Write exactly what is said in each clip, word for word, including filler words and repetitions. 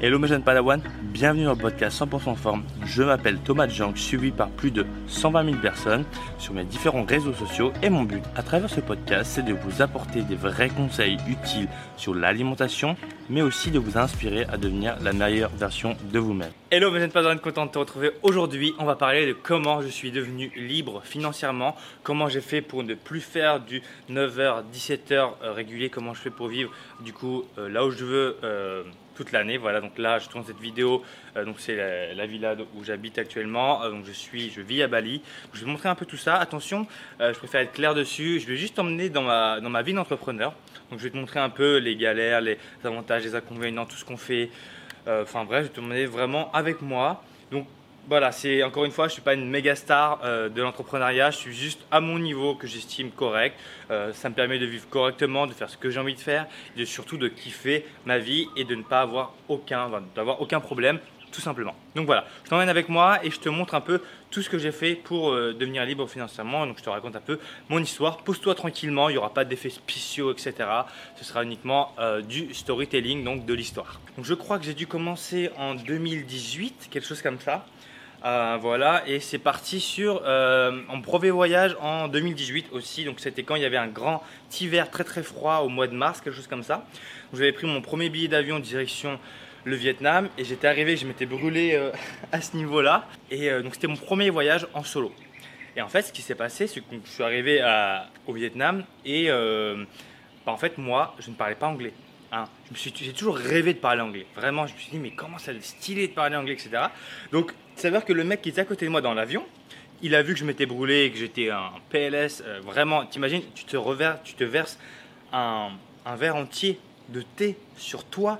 Hello mes jeunes Padawan, bienvenue dans le podcast cent pour cent forme. Je m'appelle Thomas Jang, suivi par plus de cent vingt mille personnes sur mes différents réseaux sociaux et mon but à travers ce podcast c'est de vous apporter des vrais conseils utiles sur l'alimentation mais aussi de vous inspirer à devenir la meilleure version de vous-même. Hello mes jeunes Padawan, content de te retrouver aujourd'hui. On va parler de comment je suis devenu libre financièrement, comment j'ai fait pour ne plus faire du neuf heures dix-sept heures euh, régulier, comment je fais pour vivre du coup euh, là où je veux euh, toute l'année. Voilà, donc là je tourne cette vidéo, euh, donc c'est la, la villa où j'habite actuellement, euh, donc je suis, je vis à Bali. Donc, je vais vous montrer un peu tout ça. Attention, euh, je préfère être clair dessus. Je vais juste t'emmener dans ma, dans ma vie d'entrepreneur. Donc je vais te montrer un peu les galères, les avantages, les inconvénients, tout ce qu'on fait. Euh, enfin bref, je vais te emmener vraiment avec moi. Donc voilà, c'est encore une fois, je ne suis pas une méga star euh, de l'entrepreneuriat, je suis juste à mon niveau que j'estime correct. Euh, ça me permet de vivre correctement, de faire ce que j'ai envie de faire, et de, surtout de kiffer ma vie et de ne pas avoir aucun, enfin, d'avoir aucun problème, tout simplement. Donc voilà, je t'emmène avec moi et je te montre un peu tout ce que j'ai fait pour euh, devenir libre financièrement. Donc je te raconte un peu mon histoire. Pose-toi tranquillement, il n'y aura pas d'effets spéciaux, et cetera. Ce sera uniquement euh, du storytelling, donc de l'histoire. Donc je crois que j'ai dû commencer en deux mille dix-huit, quelque chose comme ça. Euh, voilà, et c'est parti sur euh, en premier voyage en deux mille dix-huit aussi. Donc c'était quand il y avait un grand hiver très très froid au mois de mars, quelque chose comme ça. J'avais pris mon premier billet d'avion direction le Vietnam et j'étais arrivé, je m'étais brûlé euh, à ce niveau-là. Et euh, donc c'était mon premier voyage en solo. Et en fait, ce qui s'est passé, c'est que je suis arrivé à, au Vietnam et euh, bah, en fait moi, je ne parlais pas anglais. Hein. J'ai toujours rêvé de parler anglais. Vraiment, je me suis dit mais comment ça stylé de parler anglais, et cetera. Donc il s'avère que le mec qui était à côté de moi dans l'avion, il a vu que je m'étais brûlé, que j'étais en P L S. Euh, vraiment, t'imagines, tu te reverses, tu te verses un, un verre entier de thé sur toi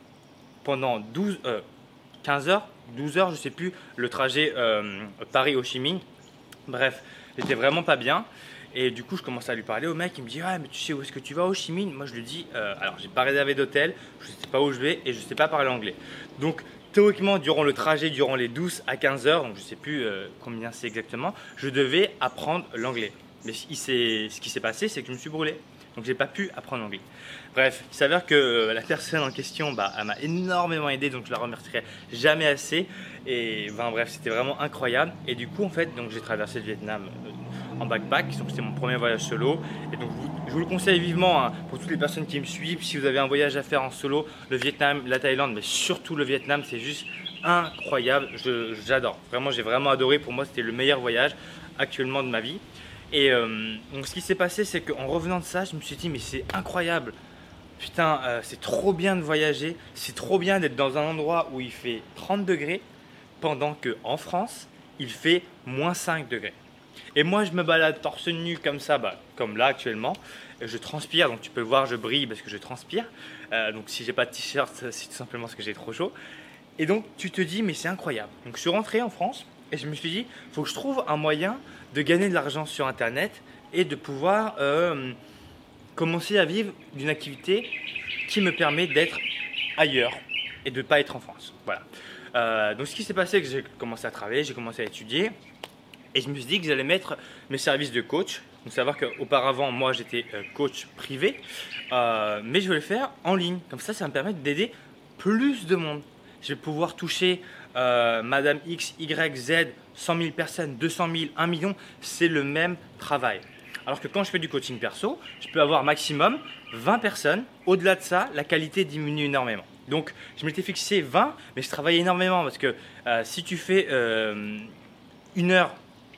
pendant douze, euh, quinze heures, douze heures, je sais plus, le trajet euh, Paris-Ho Chi Minh. Bref, j'étais vraiment pas bien. Et du coup, je commence à lui parler au mec. Il me dit, ah, mais tu sais où est-ce que tu vas, Ho Chi Minh? Moi, je lui dis, euh, alors, j'ai pas réservé d'hôtel, je sais pas où je vais et je sais pas parler anglais. Donc, théoriquement, durant le trajet, durant les douze à quinze heures, donc je sais plus euh, combien c'est exactement, je devais apprendre l'anglais. Mais ce qui s'est passé, c'est que je me suis brûlé. Donc, j'ai pas pu apprendre l'anglais. Bref, il s'avère que euh, la personne en question, bah, elle m'a énormément aidé, donc je la remercierai jamais assez. Et ben, bref, c'était vraiment incroyable. Et du coup, en fait, donc j'ai traversé le Vietnam euh, en backpack, donc c'était mon premier voyage solo. Et donc, je vous le conseille vivement hein, pour toutes les personnes qui me suivent. Si vous avez un voyage à faire en solo, le Vietnam, la Thaïlande, mais surtout le Vietnam, c'est juste incroyable. J'adore. Vraiment, j'ai vraiment adoré. Pour moi, c'était le meilleur voyage actuellement de ma vie. Et euh, donc, ce qui s'est passé, c'est qu'en revenant de ça, je me suis dit, mais c'est incroyable. Putain, euh, c'est trop bien de voyager, c'est trop bien d'être dans un endroit où il fait trente degrés pendant qu'en France, il fait moins cinq degrés. Et moi, je me balade torse nu comme ça, bah, comme là actuellement. Je transpire, donc tu peux voir, je brille parce que je transpire. Euh, donc si j'ai pas de t-shirt, c'est tout simplement parce que j'ai trop chaud. Et donc tu te dis, mais c'est incroyable. Donc je suis rentré en France et je me suis dit, il faut que je trouve un moyen de gagner de l'argent sur Internet et de pouvoir... Euh, commencer à vivre d'une activité qui me permet d'être ailleurs et de ne pas être en France. Voilà. Euh, donc ce qui s'est passé, c'est que j'ai commencé à travailler, j'ai commencé à étudier et je me suis dit que j'allais mettre mes services de coach. Donc savoir qu'auparavant, moi j'étais coach privé, euh, mais je vais le faire en ligne. Comme ça, ça va me permettre d'aider plus de monde. Je vais pouvoir toucher euh, Madame X, Y, Z, cent mille personnes, deux cent mille, un million. C'est le même travail. Alors que quand je fais du coaching perso, je peux avoir maximum vingt personnes. Au-delà de ça, la qualité diminue énormément. Donc, je m'étais fixé vingt, mais je travaillais énormément parce que euh, si tu fais euh, une, heure,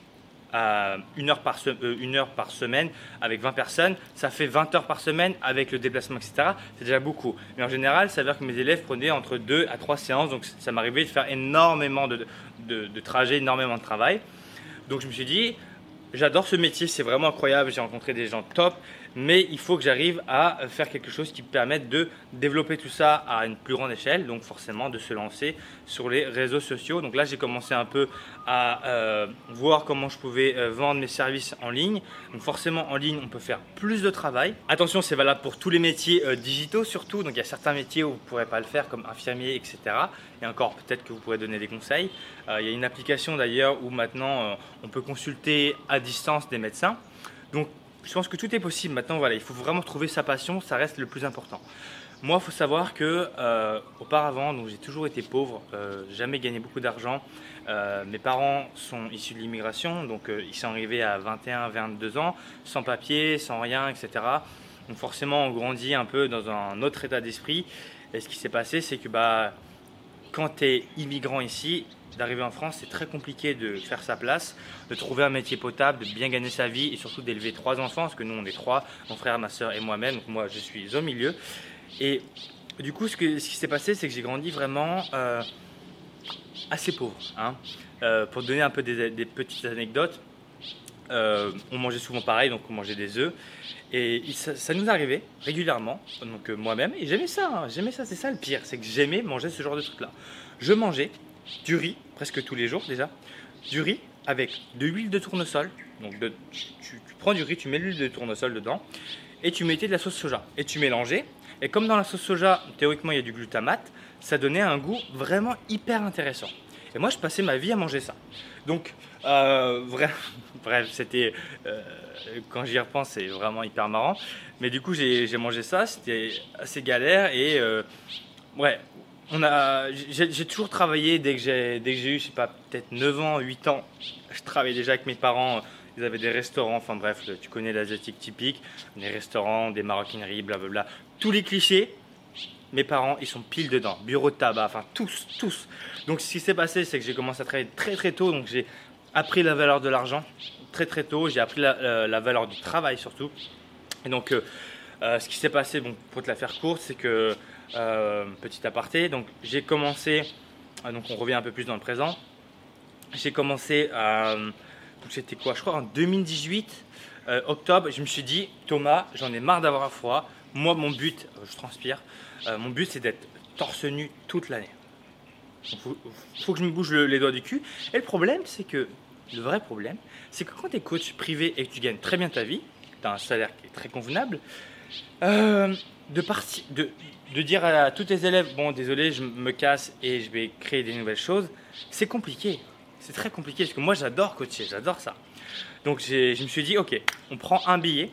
euh, une, heure par se, euh, une heure par semaine avec vingt personnes, ça fait vingt heures par semaine avec le déplacement, et cetera. C'est déjà beaucoup. Mais en général, ça veut dire que mes élèves prenaient entre deux à trois séances. Donc, ça m'arrivait de faire énormément de, de, de trajets, énormément de travail. Donc, je me suis dit... J'adore ce métier, c'est vraiment incroyable, j'ai rencontré des gens top, mais il faut que j'arrive à faire quelque chose qui me permette de développer tout ça à une plus grande échelle, donc forcément de se lancer sur les réseaux sociaux. Donc là, j'ai commencé un peu à euh, voir comment je pouvais euh, vendre mes services en ligne. Donc forcément, en ligne, on peut faire plus de travail. Attention, c'est valable pour tous les métiers euh, digitaux surtout, donc il y a certains métiers où vous ne pourrez pas le faire, comme infirmier, et cetera. Et encore, peut-être que vous pourrez donner des conseils. Euh, il y a une application d'ailleurs où maintenant, euh, on peut consulter à distance des médecins. Donc, je pense que tout est possible maintenant. Voilà, il faut vraiment trouver sa passion, ça reste le plus important. Moi, il faut savoir que euh, auparavant, donc j'ai toujours été pauvre, euh, jamais gagné beaucoup d'argent. Euh, mes parents sont issus de l'immigration, donc euh, ils sont arrivés à vingt et un, vingt-deux ans, sans papier, sans rien, et cetera. Donc forcément, on grandit un peu dans un autre état d'esprit. Et ce qui s'est passé, c'est que bah, quand tu es immigrant ici, d'arriver en France, c'est très compliqué de faire sa place, de trouver un métier potable, de bien gagner sa vie et surtout d'élever trois enfants, parce que nous on est trois, mon frère, ma soeur et moi-même, donc moi je suis au milieu. Et du coup, ce, que, ce qui s'est passé, c'est que j'ai grandi vraiment euh, assez pauvre. Hein. Euh, pour donner un peu des, des petites anecdotes, euh, on mangeait souvent pareil, donc on mangeait des œufs. Et ça, ça nous arrivait régulièrement, donc euh, moi-même, et j'aimais ça, hein, j'aimais ça, c'est ça le pire, c'est que j'aimais manger ce genre de trucs-là. Je mangeais du riz, presque tous les jours déjà, du riz avec de l'huile de tournesol, donc de, tu, tu, tu prends du riz, tu mets de l'huile de tournesol dedans, et tu mettais de la sauce soja, et tu mélangeais, et comme dans la sauce soja, théoriquement il y a du glutamate, ça donnait un goût vraiment hyper intéressant. Et moi je passais ma vie à manger ça. Donc, euh, bref, bref c'était, euh, quand j'y repense, c'est vraiment hyper marrant. Mais du coup, j'ai mangé ça, c'était assez galère. Et euh, ouais, on a, j'ai toujours travaillé dès que j'ai eu, je sais pas, peut-être neuf ans, huit ans. Je travaillais déjà avec mes parents. Ils avaient des restaurants, enfin bref, tu connais l'asiatique typique, des restaurants, des maroquineries, blablabla. Tous les clichés. Mes parents, ils sont pile dedans, bureau de tabac, enfin tous, tous. Donc ce qui s'est passé, c'est que j'ai commencé à travailler très très tôt, donc j'ai appris la valeur de l'argent très très tôt, j'ai appris la, la, la valeur du travail surtout. Et donc euh, euh, ce qui s'est passé, bon, pour te la faire courte, c'est que, euh, petit aparté, donc j'ai commencé, euh, donc on revient un peu plus dans le présent, j'ai commencé à, c'était quoi, je crois en deux mille dix-huit, euh, octobre, je me suis dit, Thomas, j'en ai marre d'avoir froid, moi mon but, je transpire, Euh, mon but, c'est d'être torse nu toute l'année. Il faut, faut que je me bouge le, les doigts du cul. Et le problème, c'est que, le vrai problème, c'est que quand tu es coach privé et que tu gagnes très bien ta vie, tu as un salaire qui est très convenable, euh, de, partir, de, de dire à tous tes élèves, bon, désolé, je me casse et je vais créer des nouvelles choses, c'est compliqué. C'est très compliqué parce que moi, j'adore coacher, j'adore ça. Donc, je me suis dit, ok, on prend un billet,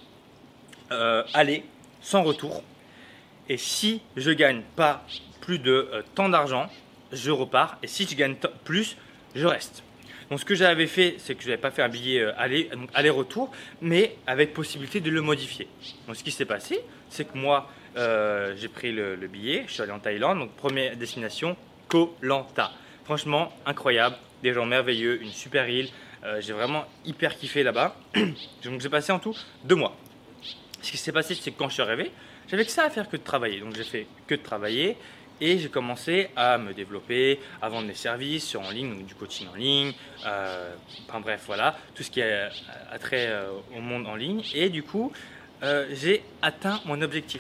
euh, aller, sans retour. Et si je gagne pas plus de euh, tant d'argent, je repars. Et si je gagne plus, je reste. Donc ce que j'avais fait, c'est que je n'avais pas fait un billet euh, aller, aller-retour, mais avec possibilité de le modifier. Donc ce qui s'est passé, c'est que moi, euh, j'ai pris le, le billet, je suis allé en Thaïlande, donc première destination, Koh Lanta. Franchement, incroyable, des gens merveilleux, une super île. Euh, j'ai vraiment hyper kiffé là-bas. Donc j'ai passé en tout deux mois. Ce qui s'est passé, c'est que quand je suis arrivé, j'avais que ça à faire que de travailler. Donc j'ai fait que de travailler et j'ai commencé à me développer, à vendre des services sur en ligne, donc du coaching en ligne, euh, enfin bref, voilà, tout ce qui a trait euh, au monde en ligne. Et du coup, euh, j'ai atteint mon objectif.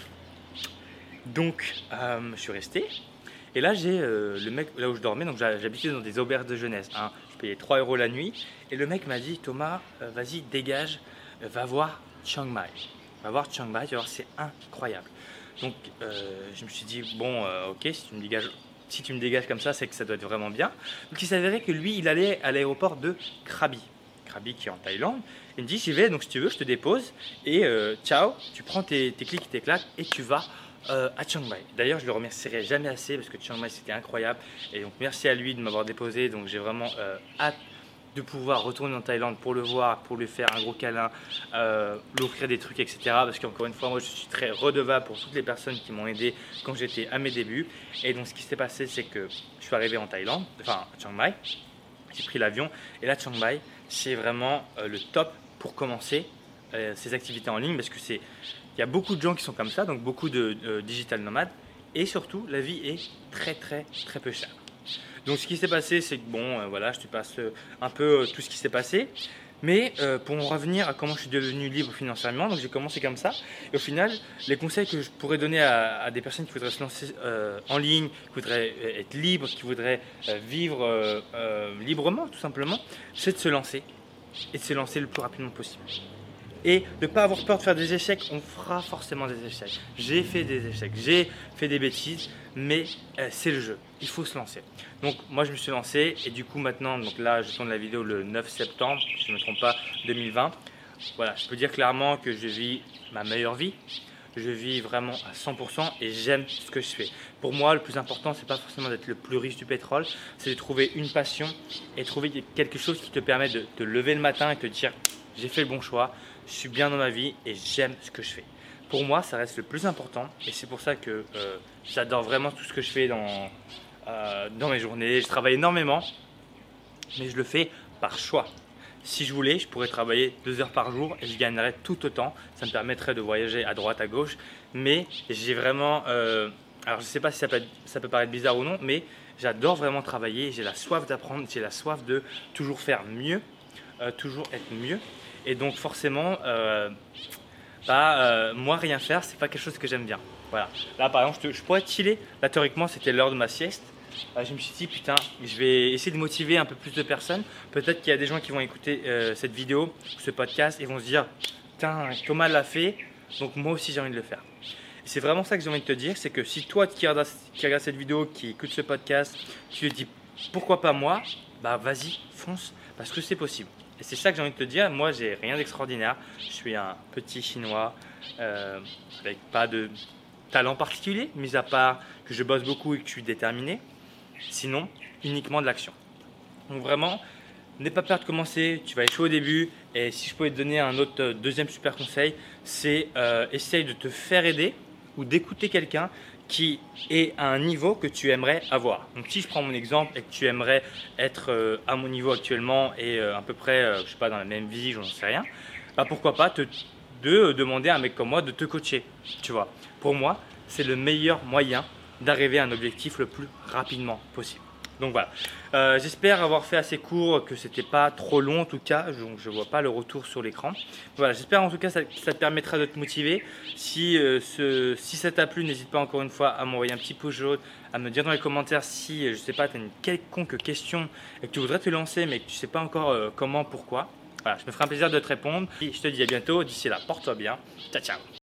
Donc euh, je suis resté. Et là, j'ai euh, le mec, là où je dormais, donc j'habitais dans des auberges de jeunesse. Hein, je payais trois euros la nuit. Et le mec m'a dit, Thomas, euh, vas-y, dégage, euh, va voir Chiang Mai. Va voir Chiang Mai, tu vas voir, c'est incroyable. Donc euh, je me suis dit, bon, euh, ok, si tu me dégages, si tu me dégages comme ça, c'est que ça doit être vraiment bien. Donc il s'avérait que lui, il allait à l'aéroport de Krabi. Krabi qui est en Thaïlande. Il me dit, j'y vais, donc si tu veux, je te dépose. Et euh, ciao, tu prends tes, tes clics et tes claques et tu vas euh, à Chiang Mai. D'ailleurs, je le remercierai jamais assez parce que Chiang Mai, c'était incroyable. Et donc merci à lui de m'avoir déposé. Donc j'ai vraiment euh, hâte de pouvoir retourner en Thaïlande pour le voir, pour lui faire un gros câlin, euh, lui offrir des trucs, et cetera. Parce qu'encore une fois, moi, je suis très redevable pour toutes les personnes qui m'ont aidé quand j'étais à mes débuts. Et donc, ce qui s'est passé, c'est que je suis arrivé en Thaïlande, enfin à Chiang Mai, j'ai pris l'avion. Et là, Chiang Mai, c'est vraiment euh, le top pour commencer euh, ces activités en ligne parce que c'est, il y a beaucoup de gens qui sont comme ça, donc beaucoup de euh, digital nomades. Et surtout, la vie est très, très, très peu chère. Donc ce qui s'est passé, c'est que bon, euh, voilà, je te passe euh, un peu euh, tout ce qui s'est passé. Mais euh, pour en revenir à comment je suis devenu libre financièrement, donc j'ai commencé comme ça. Et au final, les conseils que je pourrais donner à, à des personnes qui voudraient se lancer euh, en ligne, qui voudraient euh, être libres, qui voudraient euh, vivre euh, euh, librement tout simplement, c'est de se lancer et de se lancer le plus rapidement possible. Et de ne pas avoir peur de faire des échecs, on fera forcément des échecs. J'ai fait des échecs, j'ai fait des bêtises, mais euh, c'est le jeu, il faut se lancer. Donc moi je me suis lancé et du coup maintenant, donc là je tourne la vidéo le neuf septembre, si je ne me trompe pas, deux mille vingt. Voilà, je peux dire clairement que je vis ma meilleure vie. je vis vraiment à cent pour cent et j'aime ce que je fais. Pour moi, le plus important, c'est pas forcément d'être le plus riche du pétrole, c'est de trouver une passion et trouver quelque chose qui te permet de te lever le matin et te dire j'ai fait le bon choix, je suis bien dans ma vie et j'aime ce que je fais. Pour moi, ça reste le plus important et c'est pour ça que euh, j'adore vraiment tout ce que je fais dans, euh, dans mes journées. Je travaille énormément, mais je le fais par choix. Si je voulais, je pourrais travailler deux heures par jour et je gagnerais tout autant. Ça me permettrait de voyager à droite, à gauche. Mais j'ai vraiment… Euh, alors, je ne sais pas si ça peut, être, ça peut paraître bizarre ou non, mais j'adore vraiment travailler. J'ai la soif d'apprendre, j'ai la soif de toujours faire mieux, euh, toujours être mieux. Et donc, forcément, euh, bah, euh, moi, rien faire, ce n'est pas quelque chose que j'aime bien. Voilà. Là, par exemple, je, te, je pourrais chiller. Là, théoriquement, c'était l'heure de ma sieste. Je me suis dit putain, je vais essayer de motiver un peu plus de personnes. Peut-être qu'il y a des gens qui vont écouter euh, cette vidéo, ce podcast et vont se dire putain, Thomas l'a fait, donc moi aussi j'ai envie de le faire. Et c'est vraiment ça que j'ai envie de te dire, c'est que si toi qui regardes, qui regarde cette vidéo, qui écoute ce podcast, tu te dis pourquoi pas moi, bah vas-y, fonce, parce que c'est possible. Et c'est ça que j'ai envie de te dire, moi j'ai rien d'extraordinaire, je suis un petit chinois euh, avec pas de talent particulier, mis à part que je bosse beaucoup et que je suis déterminé. Sinon, uniquement de l'action. Donc vraiment, n'aie pas peur de commencer, tu vas échouer au début. Et si je pouvais te donner un autre deuxième super conseil, c'est euh, essaye de te faire aider ou d'écouter quelqu'un qui est à un niveau que tu aimerais avoir. Donc si je prends mon exemple et que tu aimerais être euh, à mon niveau actuellement et euh, à peu près, euh, je sais pas, dans la même vie, j'en sais rien, bah pourquoi pas te, de euh, demander à un mec comme moi de te coacher. Tu vois, pour moi, c'est le meilleur moyen d'arriver à un objectif le plus rapidement possible. Donc voilà, euh, j'espère avoir fait assez court, que c'était pas trop long en tout cas, je ne vois pas le retour sur l'écran. Voilà, j'espère en tout cas que ça, ça te permettra de te motiver. Si, euh, ce, si ça t'a plu, n'hésite pas encore une fois à m'envoyer un petit pouce jaune, à me dire dans les commentaires si, je sais pas, tu as une quelconque question et que tu voudrais te lancer mais que tu ne sais pas encore euh, comment, pourquoi. Voilà, je me ferai un plaisir de te répondre. Et je te dis à bientôt, d'ici là, porte-toi bien, ciao ciao.